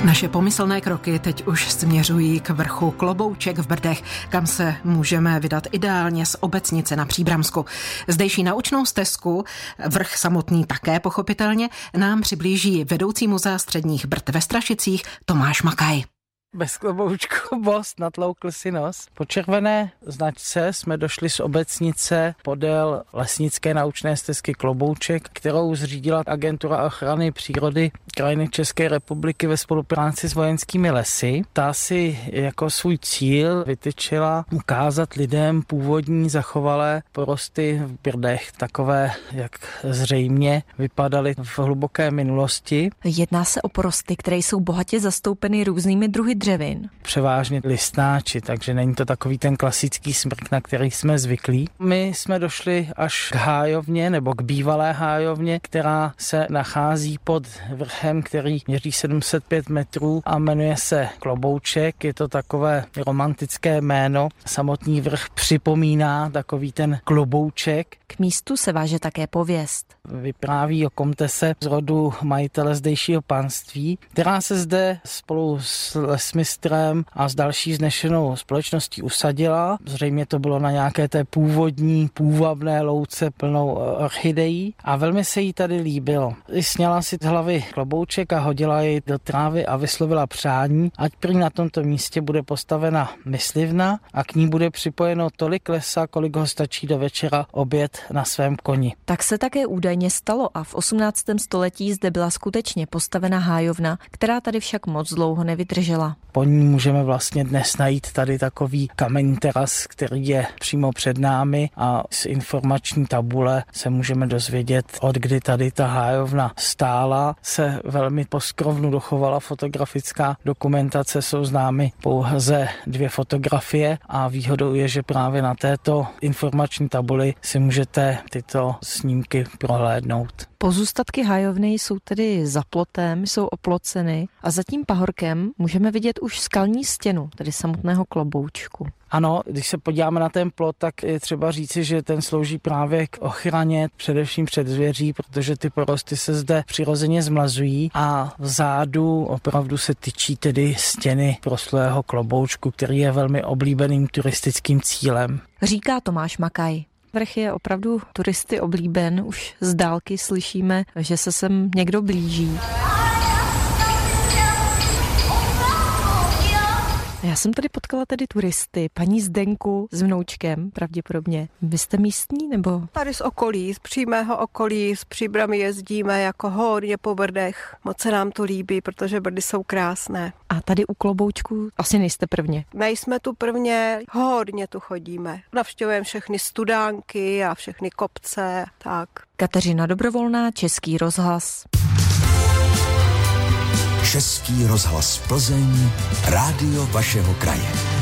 Naše pomyslné kroky teď už směřují k vrchu Klobouček v Brdech, kam se můžeme vydat ideálně z Obecnice na Příbramsku. Zdejší naučnou stezku, vrch samotný také pochopitelně, nám přiblíží vedoucí muzea středních Brd ve Strašicích Tomáš Makaj. Bez kloboučku bost, natloukl si nos. Po červené značce jsme došli z Obecnice podél lesnické naučné stezky Klobouček, kterou zřídila Agentura ochrany přírody krajiny České republiky ve spolupráci s Vojenskými lesy. Ta si jako svůj cíl vytyčila ukázat lidem původní zachovalé porosty v Brdech, takové, jak zřejmě vypadaly v hluboké minulosti. Jedná se o porosty, které jsou bohatě zastoupeny různými druhy dřevin. Převážně listnáči, takže není to takový ten klasický smrk, na který jsme zvyklí. My jsme došli až k hájovně, nebo k bývalé hájovně, která se nachází pod vrchem, který měří 705 metrů a jmenuje se Klobouček. Je to takové romantické jméno. Samotný vrch připomíná takový ten klobouček. K místu se váže také pověst. Vypráví o komtese z rodu majitele zdejšího panství, která se zde spolu s lesmistrem a s další vznešenou společností usadila. Zřejmě to bylo na nějaké té původní, půvabné louce plnou orchidejí a velmi se jí tady líbilo. Sněla si z hlavy klobouček a hodila jej do trávy a vyslovila přání, ať prý na tomto místě bude postavena myslivna a k ní bude připojeno tolik lesa, kolik ho stačí do večera oběd na svém koni. Tak se také údajně stalo a v 18. století zde byla skutečně postavena hájovna, která tady však moc dlouho nevydržela. Po ní můžeme vlastně dnes najít tady takový kamenný teras, který je přímo před námi a z informační tabule se můžeme dozvědět, od kdy tady ta hájovna stála. Se velmi poskrovnu dochovala fotografická dokumentace, jsou známy pouze 2 fotografie a výhodou je, že právě na této informační tabuli si můžete tyto snímky prohlédnout. Pozůstatky hájovny jsou tedy za plotem, jsou oploceny a za tím pahorkem můžeme vidět už skalní stěnu, tedy samotného kloboučku. Ano, když se podíváme na ten plot, tak je třeba říci, že ten slouží právě k ochraně, především před zvěří, protože ty porosty se zde přirozeně zmlazují a vzadu opravdu se tyčí tedy stěny proslulého kloboučku, který je velmi oblíbeným turistickým cílem. Říká Tomáš Makaj. Vrch je opravdu turisty oblíben, už z dálky slyšíme, že se sem někdo blíží. Já jsem tady potkala tedy turisty, paní Zdenku s vnoučkem pravděpodobně. Vy jste místní nebo? Tady z okolí, z přímého okolí, z Příbramy jezdíme jako hodně po Brdech. Moc se nám to líbí, protože Brdy jsou krásné. A tady u Kloboučku asi nejste prvně. Nejsme tu prvně, hodně tu chodíme. Navštěvujeme všechny studánky a všechny kopce, tak. Kateřina Dobrovolná, Český rozhlas. Český rozhlas Plzeň, rádio vašeho kraje.